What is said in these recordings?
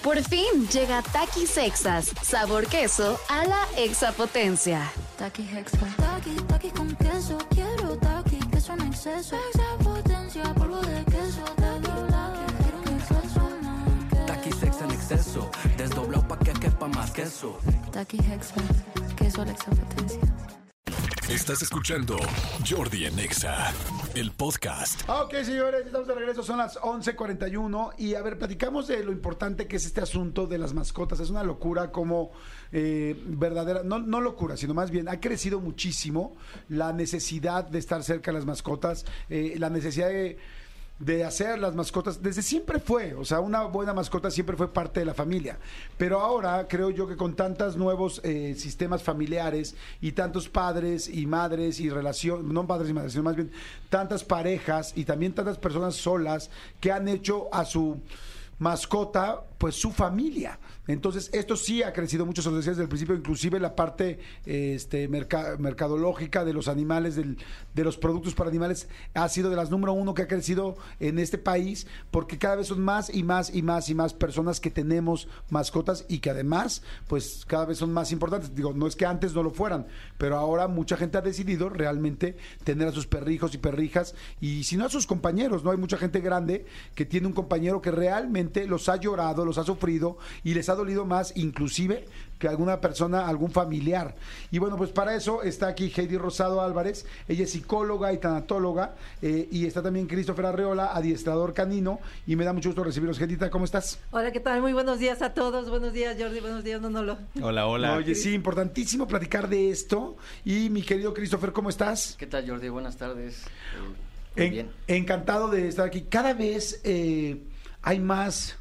Por fin llega Takis Exas, sabor queso a la exapotencia. Takis Hexa. Takis con queso, quiero Takis, queso en exceso. Exapotencia, polvo de queso, quiero un exceso más. Takis Hexa en exceso, desdoblado pa' que quepa más queso. Takis Hexa, queso a la exapotencia. Estás escuchando Jordi en Exa, el podcast. Ok, señores, estamos de regreso, son las 11:41 y a ver, platicamos de lo importante que es este asunto de las mascotas. Es una locura como verdadera, no locura, sino más bien ha crecido muchísimo la necesidad de estar cerca de las mascotas, la necesidad de hacer las mascotas, desde siempre fue, o sea, una buena mascota siempre fue parte de la familia, pero ahora creo yo que con tantos nuevos sistemas familiares y tantos padres y madres y no padres y madres, sino más bien tantas parejas y también tantas personas solas que han hecho a su mascota pues su familia. Entonces esto sí ha crecido mucho, se lo decía desde el principio, inclusive la parte mercadológica de los animales, de los productos para animales, ha sido de las número uno que ha crecido en este país, porque cada vez son más y más y más y más personas que tenemos mascotas y que además pues cada vez son más importantes. Digo, no es que antes no lo fueran, pero ahora mucha gente ha decidido realmente tener a sus perrijos y perrijas, y si no a sus compañeros, ¿no? Hay mucha gente grande que tiene un compañero que realmente los ha llorado, los ha sufrido y les ha dolido más inclusive que alguna persona, algún familiar. Y bueno, pues para eso está aquí Heidi Rosado Álvarez, ella es psicóloga y tanatóloga, y está también Christopher Arreola, adiestrador canino, y me da mucho gusto recibirlos. Heidita, ¿cómo estás? Hola, ¿qué tal? Muy buenos días a todos. Buenos días, Jordi. Buenos días, Manolo. Hola, hola. Oye, sí, importantísimo platicar de esto. Y mi querido Christopher, ¿cómo estás? ¿Qué tal, Jordi? Buenas tardes. Muy bien. Encantado de estar aquí. Cada vez hay más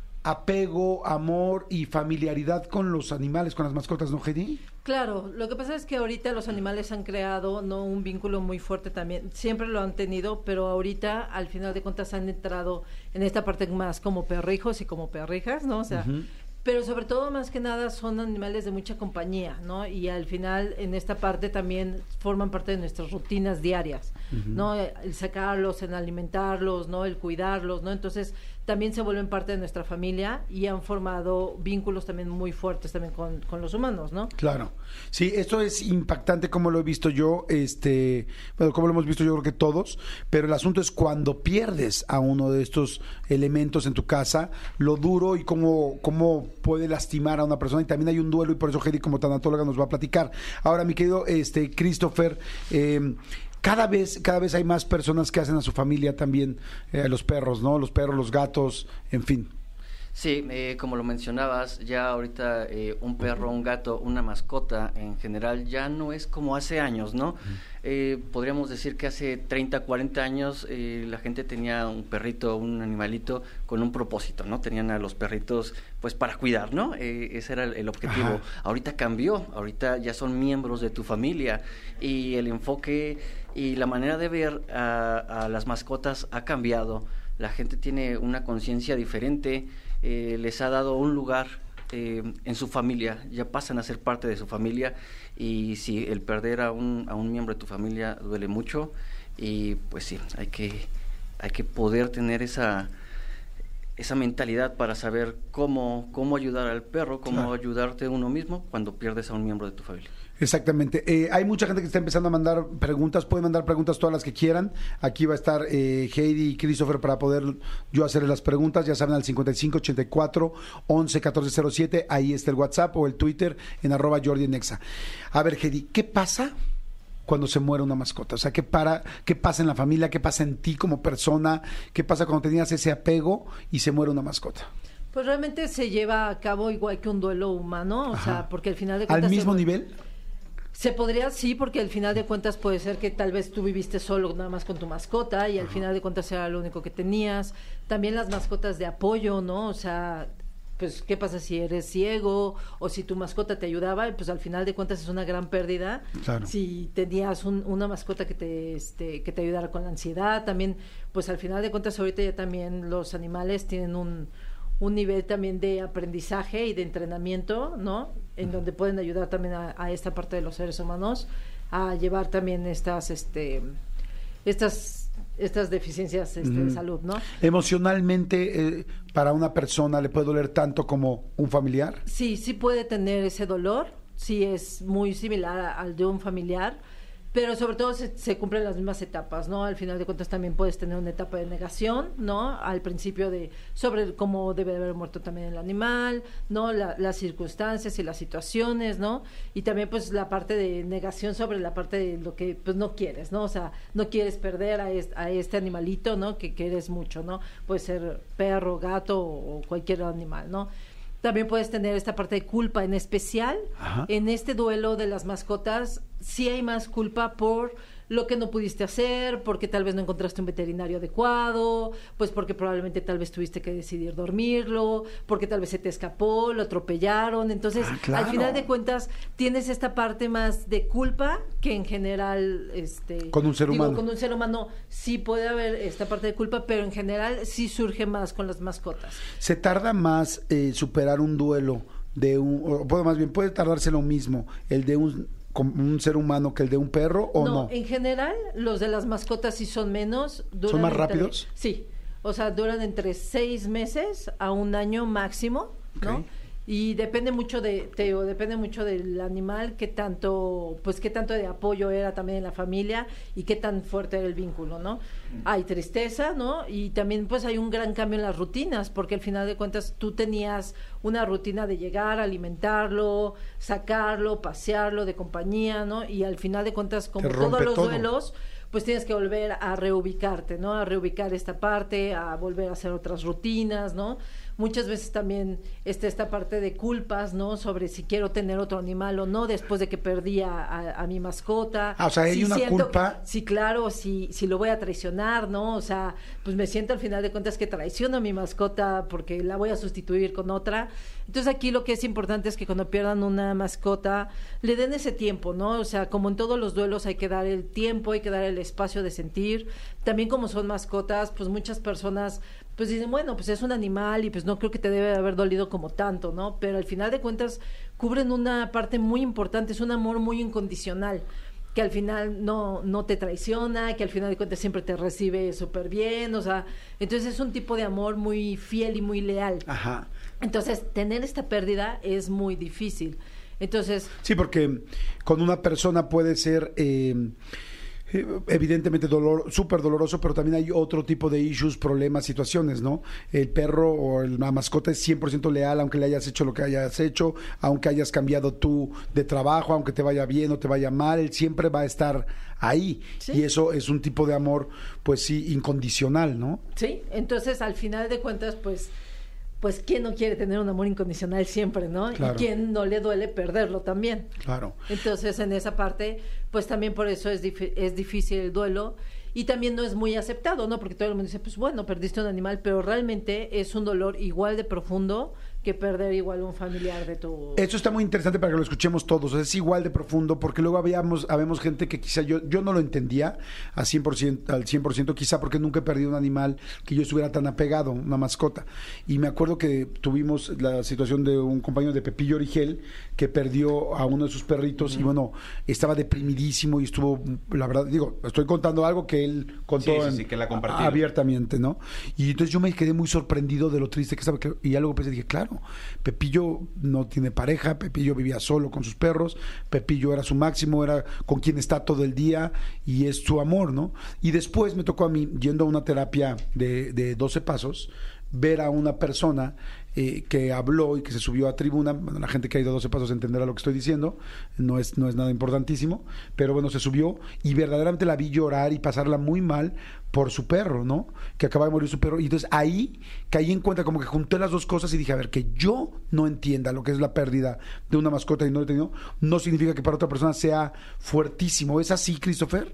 apego, amor y familiaridad con los animales, con las mascotas, ¿no, Heidi? Claro, lo que pasa es que ahorita los animales han creado no un vínculo muy fuerte también, siempre lo han tenido, pero ahorita al final de cuentas han entrado en esta parte más como perrijos y como perrijas, ¿no? O sea, pero sobre todo más que nada son animales de mucha compañía, ¿no? Y al final en esta parte también forman parte de nuestras rutinas diarias, ¿no? El sacarlos, el alimentarlos, ¿no? El cuidarlos, ¿no? Entonces también se vuelven parte de nuestra familia y han formado vínculos también muy fuertes también con los humanos, ¿no? Claro. Sí, esto es impactante como lo he visto yo, bueno, como lo hemos visto yo creo que todos, pero el asunto es cuando pierdes a uno de estos elementos en tu casa, lo duro y cómo puede lastimar a una persona, y también hay un duelo, y por eso Heidi como tanatóloga nos va a platicar. Ahora, mi querido Christopher, cada vez hay más personas que hacen a su familia también, los perros, ¿no? Los perros, los gatos, en fin. Sí, como lo mencionabas, ya ahorita un perro, un gato, una mascota en general ya no es como hace años, ¿no? Podríamos decir que hace 30, 40 años la gente tenía un perrito, un animalito con un propósito, ¿no? Tenían a los perritos pues para cuidar, ¿no? Ese era el objetivo. Ajá. Ahorita cambió, ahorita ya son miembros de tu familia y el enfoque y la manera de ver a las mascotas ha cambiado. La gente tiene una conciencia diferente, les ha dado un lugar en su familia, ya pasan a ser parte de su familia, y sí, el perder a un miembro de tu familia duele mucho, y pues sí, hay que poder tener esa mentalidad para saber cómo ayudar al perro, cómo ayudarte uno mismo cuando pierdes a un miembro de tu familia. Exactamente. Hay mucha gente que está empezando a mandar preguntas. Pueden mandar preguntas todas las que quieran. Aquí va a estar Heidi y Christopher para poder yo hacerles las preguntas. Ya saben, al 5584-111407. Ahí está el WhatsApp o el Twitter en @JordiEnExa. A ver, Heidi, ¿qué pasa cuando se muere una mascota? O sea, ¿qué pasa en la familia? ¿Qué pasa en ti como persona? ¿Qué pasa cuando tenías ese apego y se muere una mascota? Pues realmente se lleva a cabo igual que un duelo humano, o sea, porque al final de cuentas... ¿Al mismo nivel? Se podría, sí, porque al final de cuentas puede ser que tal vez tú viviste solo nada más con tu mascota y al final de cuentas era lo único que tenías. También las mascotas de apoyo, ¿no? O sea, pues, ¿qué pasa si eres ciego o si tu mascota te ayudaba? Pues al final de cuentas es una gran pérdida. Claro. Si tenías una mascota que te ayudara con la ansiedad, también, pues al final de cuentas ahorita ya también los animales tienen un nivel también de aprendizaje y de entrenamiento, ¿no? En donde pueden ayudar también a esta parte de los seres humanos a llevar también estas estas deficiencias de salud, ¿no? Emocionalmente, para una persona le puede doler tanto como un familiar. Sí, sí puede tener ese dolor, sí es muy similar al de un familiar, pero sobre todo se cumplen las mismas etapas, ¿no? Al final de cuentas también puedes tener una etapa de negación, ¿no? Al principio sobre cómo debe de haber muerto también el animal, ¿no? Las circunstancias y las situaciones, ¿no? Y también pues la parte de negación sobre la parte de lo que pues no quieres, ¿no? O sea, no quieres perder a este animalito, ¿no? Que quieres mucho, ¿no? Puede ser perro, gato o cualquier animal, ¿no? También puedes tener esta parte de culpa, en especial en este duelo de las mascotas, sí hay más culpa por lo que no pudiste hacer, porque tal vez no encontraste un veterinario adecuado, pues porque probablemente tal vez tuviste que decidir dormirlo, porque tal vez se te escapó, lo atropellaron. Entonces, claro. Al final de cuentas, tienes esta parte más de culpa que en general... con un ser humano. Con un ser humano sí puede haber esta parte de culpa, pero en general sí surge más con las mascotas. ¿Se tarda más superar un duelo puede tardarse lo mismo el de un ser humano que el de un perro o no? En general, los de las mascotas sí son menos. ¿Son más rápidos? Sí, o sea, duran entre 6 meses a 1 año máximo, ¿no? Okay. Y depende mucho depende mucho del animal, qué tanto de apoyo era también en la familia y qué tan fuerte era el vínculo, ¿no? Hay tristeza, ¿no? Y también pues hay un gran cambio en las rutinas, porque al final de cuentas tú tenías una rutina de llegar, alimentarlo, sacarlo, pasearlo de compañía, ¿no? Y al final de cuentas, como todos los duelos, pues tienes que volver a reubicarte, ¿no? A reubicar esta parte, a volver a hacer otras rutinas, ¿no? Muchas veces también esta parte de culpas, ¿no? Sobre si quiero tener otro animal o no, después de que perdí a mi mascota. O sea, hay una culpa. Sí, claro, si lo voy a traicionar, ¿no? O sea, pues me siento al final de cuentas que traiciono a mi mascota porque la voy a sustituir con otra. Entonces aquí lo que es importante es que cuando pierdan una mascota, le den ese tiempo, ¿no? O sea, como en todos los duelos hay que dar el tiempo, hay que dar el espacio de sentir. También como son mascotas, pues muchas personas pues dicen, bueno, pues es un animal y pues no creo que te debe haber dolido como tanto, ¿no? Pero al final de cuentas cubren una parte muy importante, es un amor muy incondicional, que al final no te traiciona, que al final de cuentas siempre te recibe súper bien, o sea, entonces es un tipo de amor muy fiel y muy leal. Ajá. Entonces, tener esta pérdida es muy difícil. Entonces... Sí, porque con una persona puede ser... evidentemente súper doloroso, pero también hay otro tipo de issues, problemas, situaciones, ¿no? El perro o la mascota es 100% leal, aunque le hayas hecho lo que hayas hecho, aunque hayas cambiado tú de trabajo, aunque te vaya bien o te vaya mal, él siempre va a estar ahí. ¿Sí? Y eso es un tipo de amor, pues sí, incondicional, ¿no? Sí, entonces al final de cuentas, pues ¿quién no quiere tener un amor incondicional siempre, no? Claro. Y ¿quién no le duele perderlo también? Claro. Entonces, en esa parte, pues también por eso es difícil el duelo y también no es muy aceptado, ¿no? Porque todo el mundo dice, pues bueno, perdiste un animal, pero realmente es un dolor igual de profundo que perder igual un familiar de tu... Eso está muy interesante para que lo escuchemos todos, es igual de profundo, porque luego habemos gente que quizá yo no lo entendía al 100%, quizá porque nunca he perdido un animal que yo estuviera tan apegado, una mascota. Y me acuerdo que tuvimos la situación de un compañero de Pepillo Origel que perdió a uno de sus perritos y bueno, estaba deprimidísimo y estuvo, la verdad, digo, estoy contando algo que él contó que la compartió abiertamente, ¿no? Y entonces yo me quedé muy sorprendido de lo triste que estaba, y ya luego pensé, dije, claro, Pepillo no tiene pareja, Pepillo vivía solo con sus perros, Pepillo era su máximo, era con quien está todo el día y es su amor, ¿no? Y después me tocó a mí, yendo a una terapia de 12 pasos, ver a una persona que habló y que se subió a tribuna. Bueno, la gente que ha ido a 12 pasos entenderá lo que estoy diciendo, no es nada importantísimo, pero bueno, se subió y verdaderamente la vi llorar y pasarla muy mal por su perro, ¿no? Que acaba de morir su perro. Y entonces ahí caí en cuenta, como que junté las dos cosas y dije, a ver, que yo no entienda lo que es la pérdida de una mascota y no lo he tenido, no significa que para otra persona sea fuertísimo. ¿Es así, Christopher?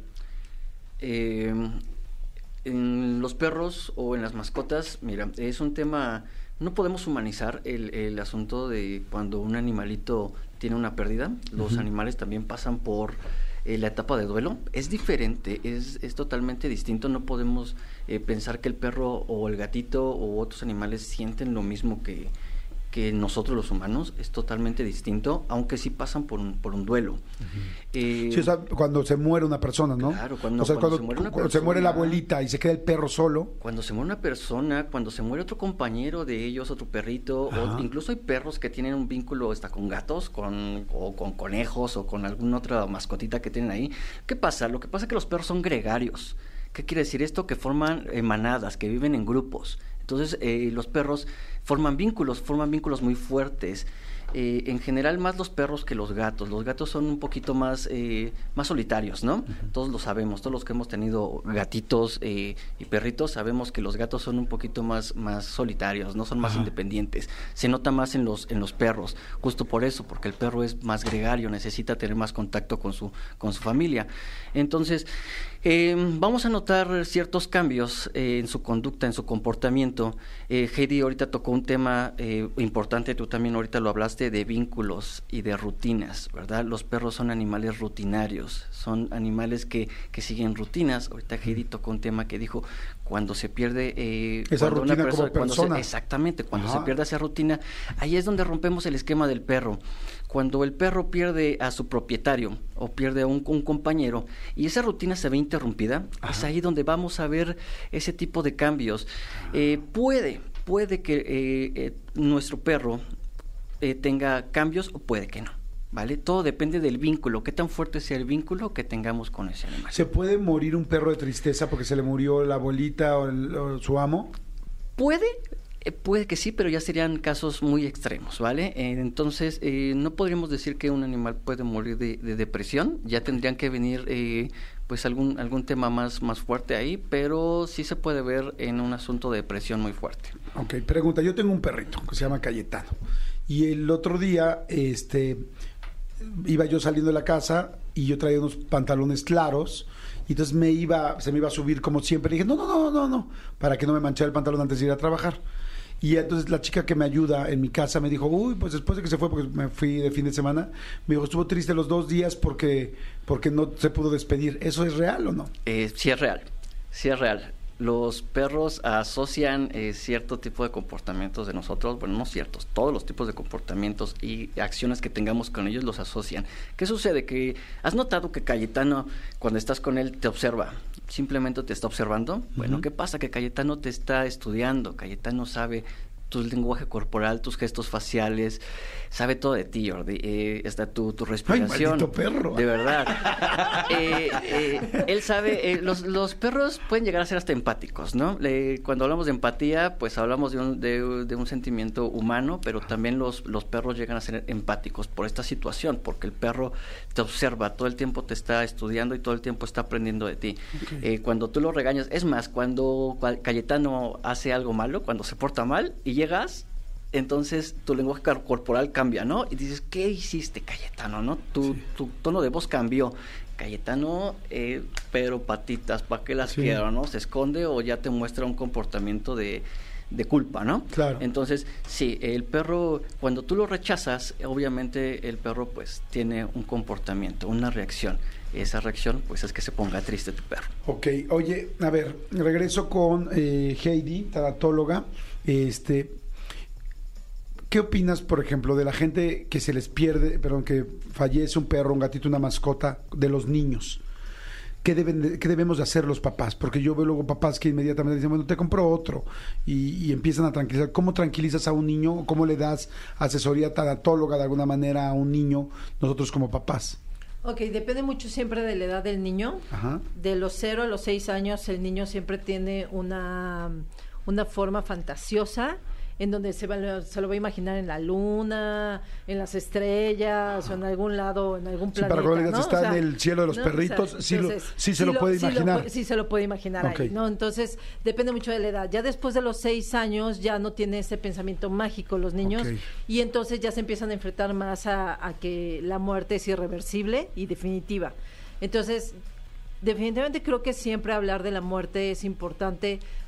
En los perros o en las mascotas, mira, es un tema, no podemos humanizar el asunto de cuando un animalito tiene una pérdida. Los animales también pasan por la etapa de duelo. Es diferente, es totalmente distinto. No podemos pensar que el perro o el gatito o otros animales sienten lo mismo que que nosotros los humanos es totalmente distinto, aunque sí pasan por un duelo. Sí, o sea, cuando se muere una persona, ¿no? Claro, cuando se muere la abuelita y se queda el perro solo. Cuando se muere una persona, cuando se muere otro compañero de ellos, otro perrito, o incluso hay perros que tienen un vínculo con gatos, o con conejos, o con alguna otra mascotita que tienen ahí. ¿Qué pasa? Lo que pasa es que los perros son gregarios. ¿Qué quiere decir esto? Que forman manadas, que viven en grupos. Entonces, los perros forman vínculos muy fuertes. En general, más los perros que los gatos. Los gatos son un poquito más solitarios, ¿no? Todos lo sabemos. Todos los que hemos tenido gatitos y perritos sabemos que los gatos son un poquito más solitarios, no son más independientes. Se nota más en los perros, justo por eso, porque el perro es más gregario, necesita tener más contacto con su familia. Entonces, vamos a notar ciertos cambios en su conducta, en su comportamiento. Heidi ahorita tocó un tema importante, tú también ahorita lo hablaste, de vínculos y de rutinas, ¿verdad? Los perros son animales rutinarios, son animales que siguen rutinas. Ahorita Heidi tocó un tema que dijo, cuando se pierde esa rutina como persona. Exactamente, cuando se pierde esa rutina, ahí es donde rompemos el esquema del perro. Cuando el perro pierde a su propietario o pierde a un compañero y esa rutina se ve interrumpida, es ahí donde vamos a ver ese tipo de cambios. Puede que nuestro perro tenga cambios o puede que no, ¿vale? Todo depende del vínculo, qué tan fuerte sea el vínculo que tengamos con ese animal. ¿Se puede morir un perro de tristeza porque se le murió la abuelita o su amo? Puede que sí, pero ya serían casos muy extremos, ¿vale? Entonces, no podríamos decir que un animal puede morir de depresión, ya tendrían que venir pues algún tema más fuerte ahí, pero sí se puede ver en un asunto de depresión muy fuerte. Ok, pregunta, yo tengo un perrito que se llama Cayetano, y el otro día, iba yo saliendo de la casa y yo traía unos pantalones claros, y entonces se me iba a subir como siempre. Le dije, no, para que no me manchara el pantalón antes de ir a trabajar. Y entonces la chica que me ayuda en mi casa me dijo, pues después de que se fue, porque me fui de fin de semana, me dijo, estuvo triste los 2 días porque no se pudo despedir. ¿Eso es real o no? Sí es real. Los perros asocian cierto tipo de comportamientos de nosotros, bueno, no ciertos, todos los tipos de comportamientos y acciones que tengamos con ellos los asocian. ¿Qué sucede? Que has notado que Cayetano, cuando estás con él, te observa, simplemente te está observando. Bueno, ¿qué pasa? Que Cayetano te está estudiando, Cayetano sabe tu lenguaje corporal, tus gestos faciales, sabe todo de ti, Jordi. Está tu respiración. ¡Ay, maldito perro! De verdad. Él sabe, los perros pueden llegar a ser hasta empáticos, ¿no? Cuando hablamos de empatía, pues hablamos de un sentimiento humano, pero también los perros llegan a ser empáticos por esta situación, porque el perro te observa, todo el tiempo te está estudiando y todo el tiempo está aprendiendo de ti. Okay. Cuando tú lo regañas, es más, cuando Cayetano hace algo malo, cuando se porta mal y llegas, entonces tu lenguaje corporal cambia, ¿no? Y dices, ¿qué hiciste, Cayetano? ¿No? Tu tono de voz cambió. Cayetano, pero patitas, ¿para qué las quiero, no? Se esconde o ya te muestra un comportamiento de culpa, ¿no? Claro. Entonces, sí, el perro, cuando tú lo rechazas, obviamente el perro pues tiene un comportamiento, una reacción. Esa reacción pues es que se ponga triste tu perro. Ok, oye, a ver, regreso con Heidi, tanatóloga. ¿Qué opinas, por ejemplo, de la gente que se les pierde, que fallece un perro, un gatito, una mascota, de los niños? ¿Qué debemos de hacer los papás? Porque yo veo luego papás que inmediatamente dicen, bueno, te compro otro, y empiezan a tranquilizar. ¿Cómo tranquilizas a un niño? ¿Cómo le das asesoría tanatóloga de alguna manera a un niño, nosotros como papás? Ok, depende mucho siempre de la edad del niño. Ajá. De los 0 a los 6 años, el niño siempre tiene una forma fantasiosa en donde se lo va a imaginar en la luna, en las estrellas, o en algún lado, en algún planeta, para cuando digas, ¿no? está en el cielo de los perritos, sí se lo puede imaginar. Sí se lo puede imaginar ahí, ¿no? Entonces, depende mucho de la edad. Ya después de los 6 años, ya no tiene ese pensamiento mágico los niños, y entonces ya se empiezan a enfrentar más a que la muerte es irreversible y definitiva. Entonces, definitivamente creo que siempre hablar de la muerte es importante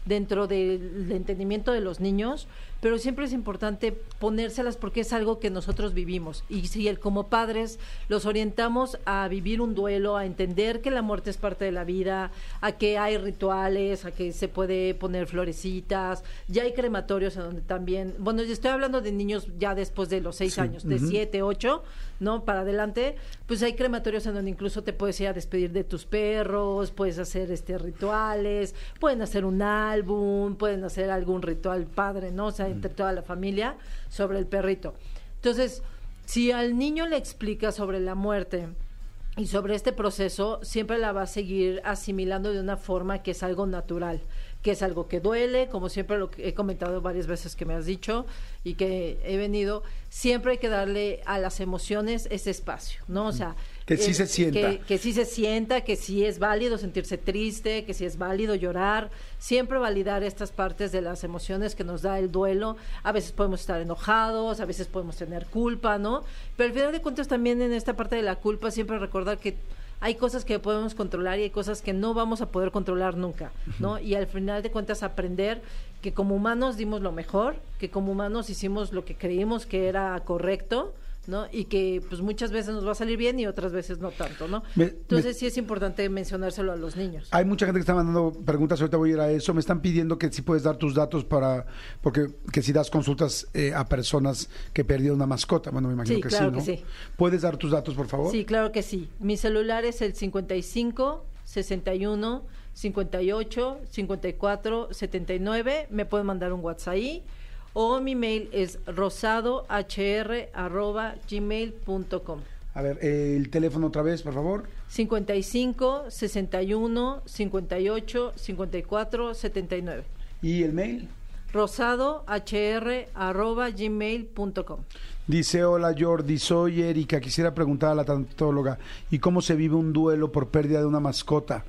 dentro del entendimiento de los niños, pero siempre es importante ponérselas porque es algo que nosotros vivimos. Y si como padres los orientamos a vivir un duelo, a entender que la muerte es parte de la vida, a que hay rituales, a que se puede poner florecitas, ya hay crematorios en donde también, bueno, yo estoy hablando de niños ya después de los 6 años, de 7, 8, ¿no? Para adelante, pues hay crematorios en donde incluso te puedes ir a despedir de tus perros, puedes hacer rituales, pueden hacer un álbum, pueden hacer algún ritual padre, ¿no? O sea, entre toda la familia sobre el perrito. Entonces, si al niño le explica sobre la muerte y sobre este proceso, siempre la va a seguir asimilando de una forma que es algo natural, que es algo que duele, como siempre lo he comentado varias veces que me has dicho y que he venido, siempre hay que darle a las emociones ese espacio, ¿no? O sea, que sí se sienta. Que sí se sienta, que sí es válido sentirse triste, que sí es válido llorar, siempre validar estas partes de las emociones que nos da el duelo. A veces podemos estar enojados, a veces podemos tener culpa, ¿no? Pero al final de cuentas también en esta parte de la culpa siempre recordar que hay cosas que podemos controlar y hay cosas que no vamos a poder controlar nunca, ¿no? Y al final de cuentas aprender que como humanos dimos lo mejor, que como humanos hicimos lo que creímos que era correcto, ¿no? Y que pues muchas veces nos va a salir bien y otras veces no tanto, ¿no? Entonces sí es importante mencionárselo a los niños. Hay mucha gente que está mandando preguntas, ahorita voy a ir a eso. Me están pidiendo que si puedes dar tus datos porque si das consultas a personas que perdieron una mascota. Bueno, me imagino sí, que claro sí, ¿no? Que sí. ¿Puedes dar tus datos, por favor? Sí, claro que sí. Mi celular es el 55 61 58 54 79. Me pueden mandar un WhatsApp ahí. O mi mail es rosadohr@gmail.com. A ver, el teléfono otra vez, por favor. 55 61 58 54 79. ¿Y el mail? rosadohr@gmail.com. Dice, hola Jordi, soy Erika, quisiera preguntar a la tanatóloga, ¿y cómo se vive un duelo por pérdida de una mascota?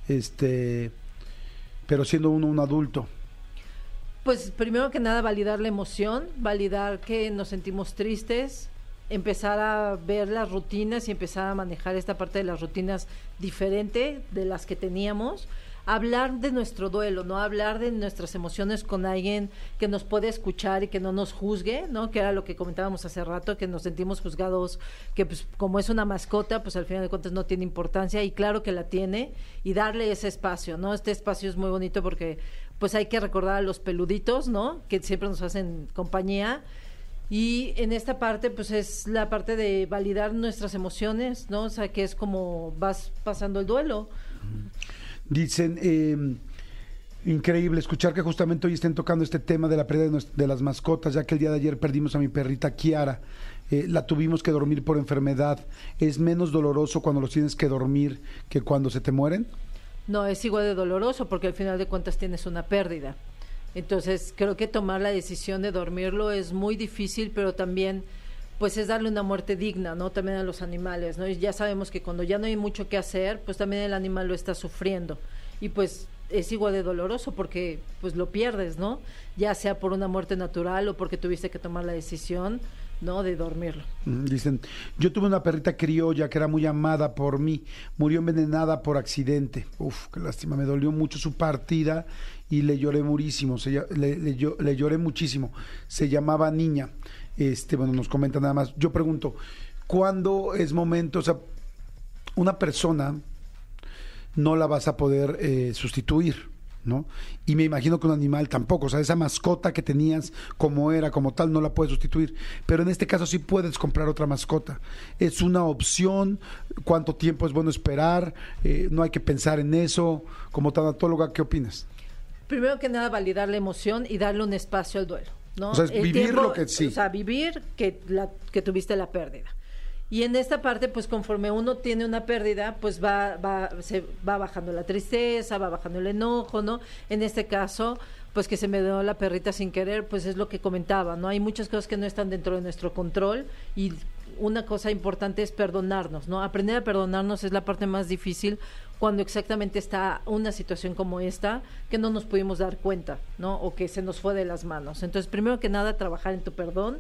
Pero siendo uno un adulto. Pues primero que nada validar la emoción, validar que nos sentimos tristes, empezar a ver las rutinas y empezar a manejar esta parte de las rutinas diferente de las que teníamos, hablar de nuestro duelo, no hablar de nuestras emociones con alguien que nos puede escuchar y que no nos juzgue, ¿no? Que era lo que comentábamos hace rato, que nos sentimos juzgados, que pues como es una mascota, pues al final de cuentas no tiene importancia y claro que la tiene y darle ese espacio, ¿no? Este espacio es muy bonito porque pues hay que recordar a los peluditos, ¿no? Que siempre nos hacen compañía. Y en esta parte, pues es la parte de validar nuestras emociones, ¿no? O sea, que es como vas pasando el duelo. Dicen, increíble escuchar que justamente hoy estén tocando este tema de la pérdida de las mascotas, ya que el día de ayer perdimos a mi perrita Kiara. La tuvimos que dormir por enfermedad. ¿Es menos doloroso cuando los tienes que dormir que cuando se te mueren? No, es igual de doloroso porque al final de cuentas tienes una pérdida. Entonces, creo que tomar la decisión de dormirlo es muy difícil, pero también pues es darle una muerte digna, ¿no? También a los animales, ¿no? Y ya sabemos que cuando ya no hay mucho que hacer, pues también el animal lo está sufriendo. Y pues es igual de doloroso porque pues lo pierdes, ¿no? Ya sea por una muerte natural o porque tuviste que tomar la decisión, ¿no? De dormirlo. Dicen, yo tuve una perrita criolla que era muy amada por mí, murió envenenada por accidente. Uf, qué lástima, me dolió mucho su partida y le lloré muchísimo, le lloré muchísimo. Se llamaba Niña. Bueno, nos comenta nada más. Yo pregunto, ¿cuándo es momento? O sea, una persona no la vas a poder sustituir, ¿no? Y me imagino que un animal tampoco, o sea, esa mascota que tenías como era, como tal, no la puedes sustituir, pero en este caso sí puedes comprar otra mascota. Es una opción. ¿Cuánto tiempo es bueno esperar? No hay que pensar en eso. Como tanatóloga, ¿qué opinas? Primero que nada, validar la emoción y darle un espacio al duelo, ¿no? O sea, es vivir lo que sí. O sea, vivir que tuviste la pérdida. Y en esta parte, pues conforme uno tiene una pérdida, pues va bajando la tristeza, va bajando el enojo, ¿no? En este caso, pues que se me dio la perrita sin querer, pues es lo que comentaba, ¿no? Hay muchas cosas que no están dentro de nuestro control y una cosa importante es perdonarnos, ¿no? Aprender a perdonarnos es la parte más difícil cuando exactamente está una situación como esta, que no nos pudimos dar cuenta, ¿no? O que se nos fue de las manos. Entonces, primero que nada, trabajar en tu perdón,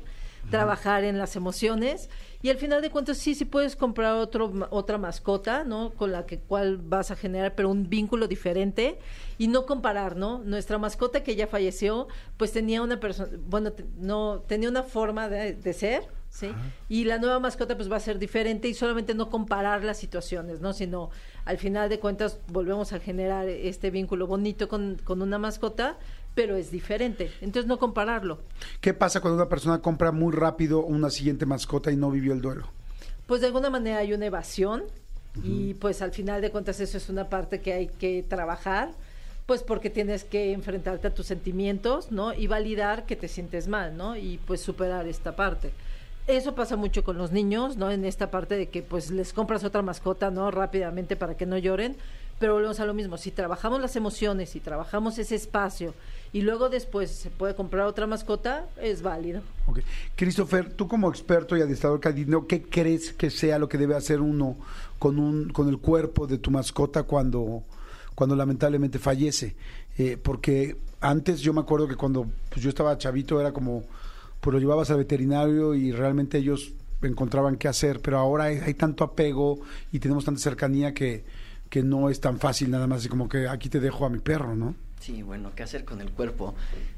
trabajar en las emociones. Y al final de cuentas sí puedes comprar otra mascota, ¿no? Con la cual vas a generar, pero un vínculo diferente y no comparar, ¿no? Nuestra mascota que ya falleció, pues tenía una persona, tenía una forma de ser, ¿sí? Y la nueva mascota pues va a ser diferente y solamente no comparar las situaciones, ¿no? Sino al final de cuentas volvemos a generar este vínculo bonito con una mascota, pero es diferente, entonces no compararlo. ¿Qué pasa cuando una persona compra muy rápido una siguiente mascota y no vivió el duelo? Pues de alguna manera hay una evasión y pues al final de cuentas eso es una parte que hay que trabajar, pues porque tienes que enfrentarte a tus sentimientos, ¿no? Y validar que te sientes mal, ¿no? Y pues superar esta parte. Eso pasa mucho con los niños, ¿no? En esta parte de que pues les compras otra mascota, ¿no? Rápidamente para que no lloren, pero volvemos a lo mismo. Si trabajamos las emociones, si trabajamos ese espacio y luego después se puede comprar otra mascota, es válido. Okay. Christopher, tú como experto y adiestrador canino, ¿qué crees que sea lo que debe hacer uno con el cuerpo de tu mascota cuando lamentablemente fallece? Porque antes yo me acuerdo que cuando pues, yo estaba chavito era como, pues lo llevabas al veterinario y realmente ellos encontraban qué hacer, pero ahora hay tanto apego y tenemos tanta cercanía que no es tan fácil nada más, así como que aquí te dejo a mi perro, ¿no? Sí, bueno, ¿qué hacer con el cuerpo?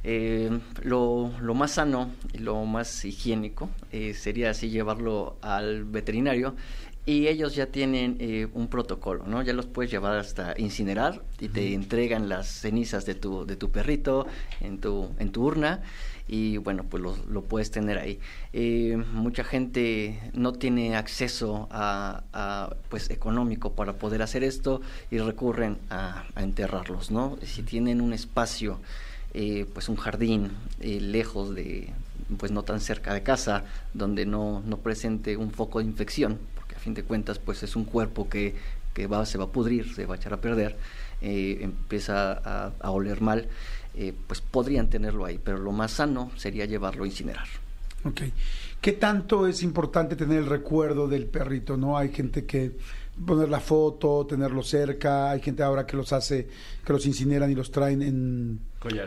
Lo más sano y lo más higiénico sería así llevarlo al veterinario y ellos ya tienen un protocolo, ¿no? Ya los puedes llevar hasta incinerar y te entregan las cenizas de tu perrito en tu urna y bueno, pues lo puedes tener ahí. Mucha gente no tiene acceso a pues económico para poder hacer esto y recurren a enterrarlos, ¿no? Si tienen un espacio, pues un jardín lejos de, pues no tan cerca de casa, donde no presente un foco de infección, porque a fin de cuentas pues es un cuerpo que se va a pudrir, se va a echar a perder, empieza a oler mal. Pues podrían tenerlo ahí, pero lo más sano sería llevarlo a incinerar. Ok. ¿Qué tanto es importante tener el recuerdo del perrito, no? Hay gente que poner la foto, tenerlo cerca, hay gente ahora que los incineran y los traen en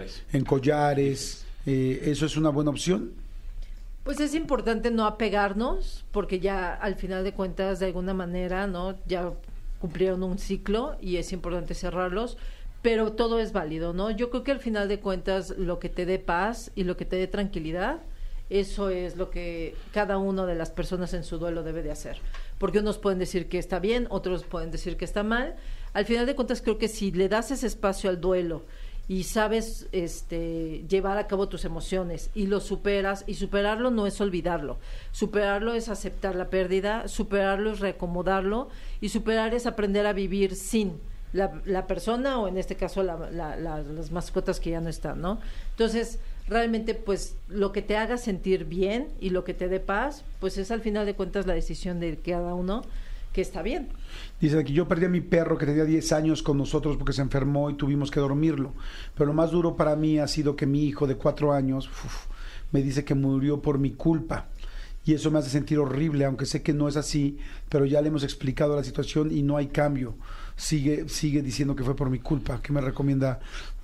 collares. ¿Eso es una buena opción? Pues es importante no apegarnos, porque ya al final de cuentas, de alguna manera, ¿no? Ya cumplieron un ciclo y es importante cerrarlos. Pero todo es válido, ¿no? Yo creo que al final de cuentas lo que te dé paz y lo que te dé tranquilidad, eso es lo que cada una de las personas en su duelo debe de hacer. Porque unos pueden decir que está bien, otros pueden decir que está mal. Al final de cuentas creo que si le das ese espacio al duelo y sabes llevar a cabo tus emociones y lo superas, y superarlo no es olvidarlo, superarlo es aceptar la pérdida, superarlo es reacomodarlo y superar es aprender a vivir sin la persona o en este caso las mascotas que ya no están, ¿no? Entonces, realmente, pues, lo que te haga sentir bien y lo que te dé paz, pues es al final de cuentas la decisión de cada uno que está bien. Dice aquí, yo perdí a mi perro que tenía 10 años con nosotros porque se enfermó y tuvimos que dormirlo, pero lo más duro para mí ha sido que mi hijo de 4 años me dice que murió por mi culpa. Y eso me hace sentir horrible, aunque sé que no es así, pero ya le hemos explicado la situación y no hay cambio. Sigue diciendo que fue por mi culpa. ¿Qué me recomienda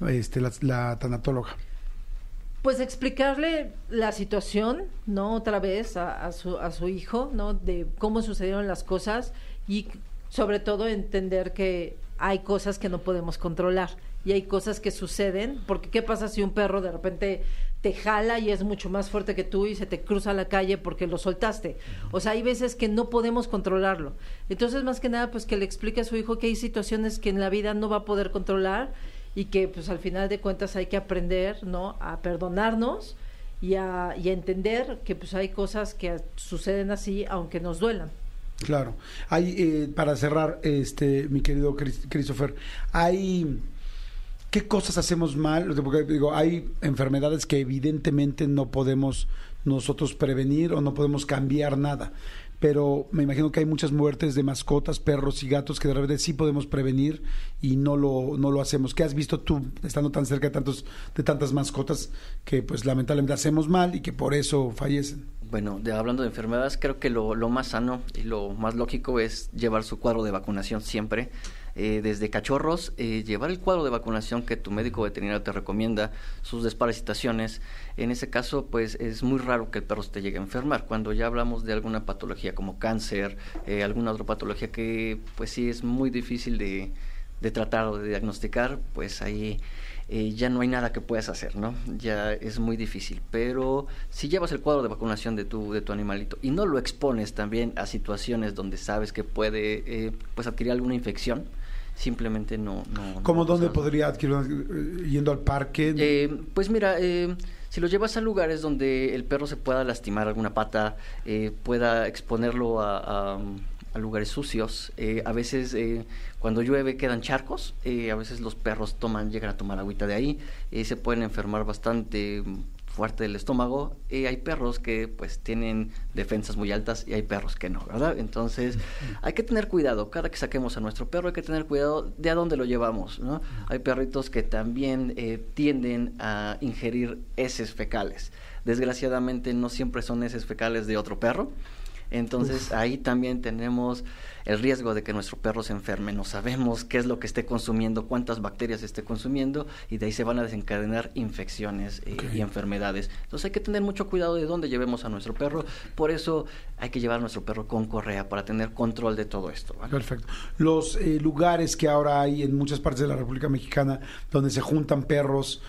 la tanatóloga? Pues explicarle la situación, ¿no? Otra vez a su hijo, ¿no? De cómo sucedieron las cosas y sobre todo entender que hay cosas que no podemos controlar y hay cosas que suceden, porque ¿qué pasa si un perro de repente te jala y es mucho más fuerte que tú y se te cruza la calle porque lo soltaste? O sea, hay veces que no podemos controlarlo. Entonces, más que nada, pues que le explique a su hijo que hay situaciones que en la vida no va a poder controlar y que pues al final de cuentas hay que aprender, ¿no? A perdonarnos y a entender que pues hay cosas que suceden así aunque nos duelan. Claro. Hay, para cerrar, mi querido Christopher, ¿qué cosas hacemos mal? Porque digo, hay enfermedades que evidentemente no podemos nosotros prevenir o no podemos cambiar nada, pero me imagino que hay muchas muertes de mascotas, perros y gatos que de repente sí podemos prevenir y no lo hacemos. ¿Qué has visto tú estando tan cerca de tantas mascotas que pues lamentablemente hacemos mal y que por eso fallecen? Bueno, hablando de enfermedades, creo que lo más sano y lo más lógico es llevar su cuadro de vacunación siempre. desde cachorros, llevar el cuadro de vacunación que tu médico veterinario te recomienda, sus desparasitaciones. En ese caso, pues es muy raro que el perro te llegue a enfermar. Cuando ya hablamos de alguna patología como cáncer, alguna otra patología que pues sí es muy difícil de tratar o de diagnosticar, pues ahí ya no hay nada que puedas hacer, ¿no? Ya es muy difícil. Pero si llevas el cuadro de vacunación de tu animalito y no lo expones también a situaciones donde sabes que puede pues adquirir alguna infección, simplemente no. ¿Cómo dónde pasa. podría adquirir yendo al parque? Pues mira, si lo llevas a lugares donde el perro se pueda lastimar alguna pata, pueda exponerlo a lugares sucios, a veces cuando llueve quedan charcos, a veces los perros llegan a tomar agüita de ahí, se pueden enfermar bastante fuerte del estómago. Hay perros que pues tienen defensas muy altas y hay perros que no, ¿verdad? Entonces hay que tener cuidado, cada que saquemos a nuestro perro hay que tener cuidado de a dónde lo llevamos, ¿no? Hay perritos que también tienden a ingerir heces fecales. Desgraciadamente no siempre son heces fecales de otro perro. Entonces ahí también tenemos el riesgo de que nuestro perro se enferme. No sabemos qué es lo que esté consumiendo, cuántas bacterias esté consumiendo, y de ahí se van a desencadenar infecciones y enfermedades. Entonces hay que tener mucho cuidado de dónde llevemos a nuestro perro. Por eso hay que llevar a nuestro perro con correa para tener control de todo esto, ¿vale? Perfecto. Los lugares que ahora hay en muchas partes de la República Mexicana donde se juntan perros,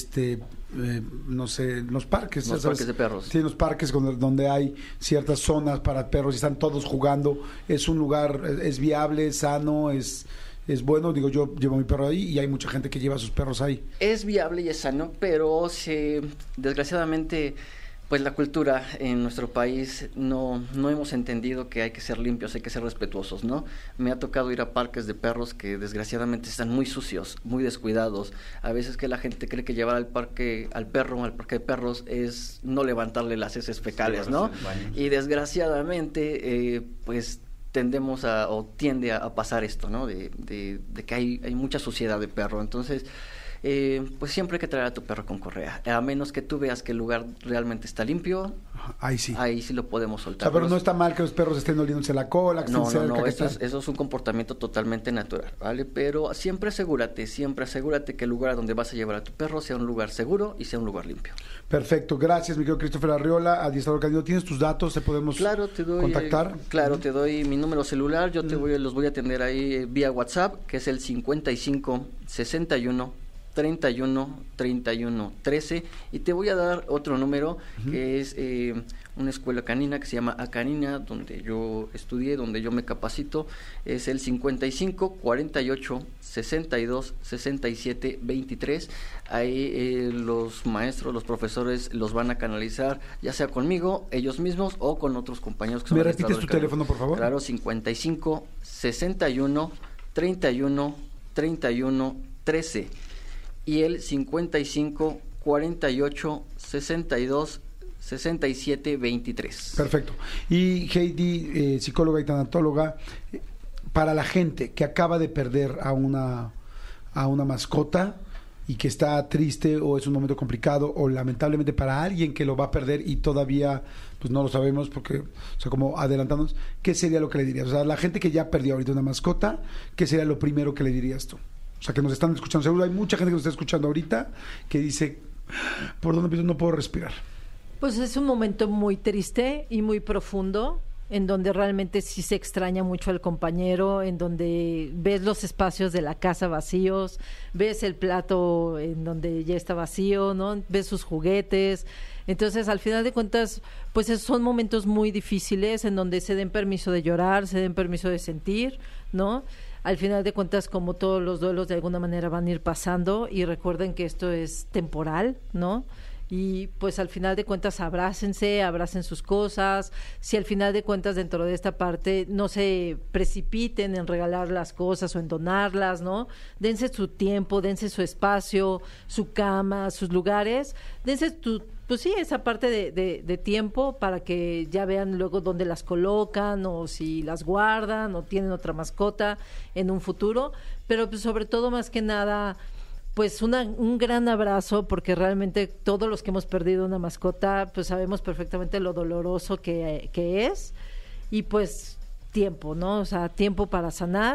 no sé, los parques. Los parques de perros. Sí, los parques donde hay ciertas zonas para perros y están todos jugando. Es un lugar, es viable, es sano, es bueno. Digo, yo llevo a mi perro ahí y hay mucha gente que lleva a sus perros ahí. Es viable y es sano, pero desgraciadamente pues la cultura en nuestro país no hemos entendido que hay que ser limpios, hay que ser respetuosos, ¿no? Me ha tocado ir a parques de perros que desgraciadamente están muy sucios, muy descuidados. A veces que la gente cree que llevar al parque de perros es no levantarle las heces fecales, ¿no? Y desgraciadamente pues tiende a pasar esto, ¿no? De que hay mucha suciedad de perro. Entonces pues siempre hay que traer a tu perro con correa, a menos que tú veas que el lugar realmente está limpio. Ahí sí. Ahí sí lo podemos soltar. O sea, pero no está mal que los perros estén oliéndose la cola, que estén cerca. Eso es un comportamiento totalmente natural, ¿vale? Pero siempre asegúrate que el lugar donde vas a llevar a tu perro sea un lugar seguro y sea un lugar limpio. Perfecto, gracias, mi querido Christopher Arriola, adiestrador canino. ¿Tienes tus datos? ¿Te podemos contactar? Claro, te doy mi número celular, yo los voy a atender ahí vía WhatsApp, que es el 55 61 31 31 13, y te voy a dar otro número que es una escuela canina que se llama Acanina, donde yo estudié, donde yo me capacito. Es el 55 48 62 67 23. Ahí los maestros, los profesores los van a canalizar, ya sea conmigo, ellos mismos o con otros compañeros que son. ¿Me repites tu teléfono, por favor? Claro, 55 61 31 31 13 y el 55 48 62 67 23. Perfecto. Y Heidi, psicóloga y tanatóloga, para la gente que acaba de perder a una mascota y que está triste o es un momento complicado, o lamentablemente para alguien que lo va a perder y todavía pues no lo sabemos porque, o sea, como adelantándonos, ¿qué sería lo que le dirías? O sea, la gente que ya perdió ahorita una mascota, ¿qué sería lo primero que le dirías tú? O sea, que nos están escuchando, seguro hay mucha gente que nos está escuchando ahorita que dice, ¿por dónde empiezo? No puedo respirar. Pues es un momento muy triste y muy profundo, en donde realmente sí se extraña mucho al compañero, en donde ves los espacios de la casa vacíos, ves el plato en donde ya está vacío, ¿no? Ves sus juguetes. Entonces, al final de cuentas, pues son momentos muy difíciles en donde se den permiso de llorar, se den permiso de sentir, ¿no? Al final de cuentas, como todos los duelos, de alguna manera van a ir pasando, y recuerden que esto es temporal, ¿no? Y pues al final de cuentas abracen sus cosas. Si al final de cuentas dentro de esta parte no se precipiten en regalar las cosas o en donarlas, ¿no? Dense su tiempo, dense su espacio, su cama, sus lugares, dense pues sí, esa parte de tiempo para que ya vean luego dónde las colocan, o si las guardan o tienen otra mascota en un futuro. Pero pues sobre todo, más que nada, pues un gran abrazo, porque realmente todos los que hemos perdido una mascota pues sabemos perfectamente lo doloroso que es, y pues tiempo, ¿no? O sea, tiempo para sanar,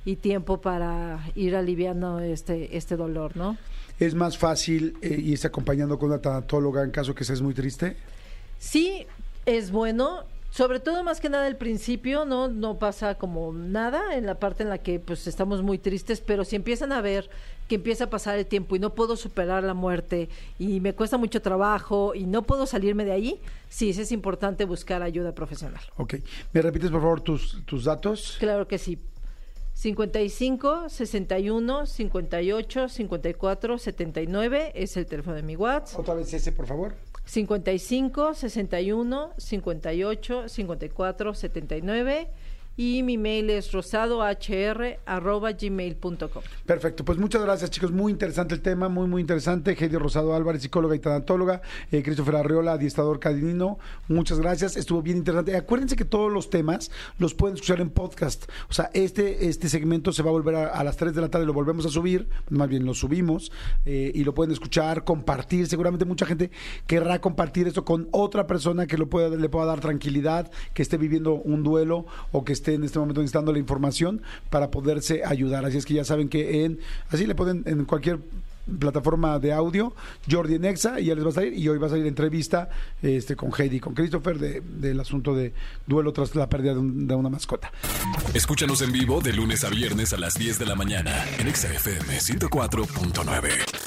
y tiempo para ir aliviando este dolor, ¿no? ¿Es más fácil irse acompañando con una tanatóloga en caso que seas muy triste? Sí, es bueno, sobre todo más que nada al principio, no pasa como nada en la parte en la que pues estamos muy tristes, pero si empiezan a ver que empieza a pasar el tiempo y no puedo superar la muerte y me cuesta mucho trabajo y no puedo salirme de ahí, sí, es importante buscar ayuda profesional. Ok. ¿Me repites, por favor, tus datos? Claro que sí. 55 61 58 54 79 es el teléfono de mi WhatsApp. Otra vez ese, por favor. 55 61 58 54 79 y mi mail es rosadohr@gmail.com. Perfecto, pues muchas gracias, chicos, muy interesante el tema, muy interesante. Heidi Rosado Álvarez, psicóloga y tanatóloga, Christopher Arriola, adiestrador canino, muchas gracias, estuvo bien interesante. Acuérdense que todos los temas los pueden escuchar en podcast, o sea, este segmento se va a volver a las 3 de la tarde, lo volvemos a subir, más bien lo subimos, y lo pueden escuchar, compartir, seguramente mucha gente querrá compartir esto con otra persona que le pueda dar tranquilidad, que esté viviendo un duelo o que esté en este momento necesitando la información para poderse ayudar. Así es que ya saben que así le ponen en cualquier plataforma de audio, Jordi en Exa, y ya les va a salir, y hoy va a salir entrevista con Heidi, con Christopher, del asunto de duelo tras la pérdida de una mascota. Escúchanos en vivo de lunes a viernes a las 10 de la mañana en Exa FM 104.9.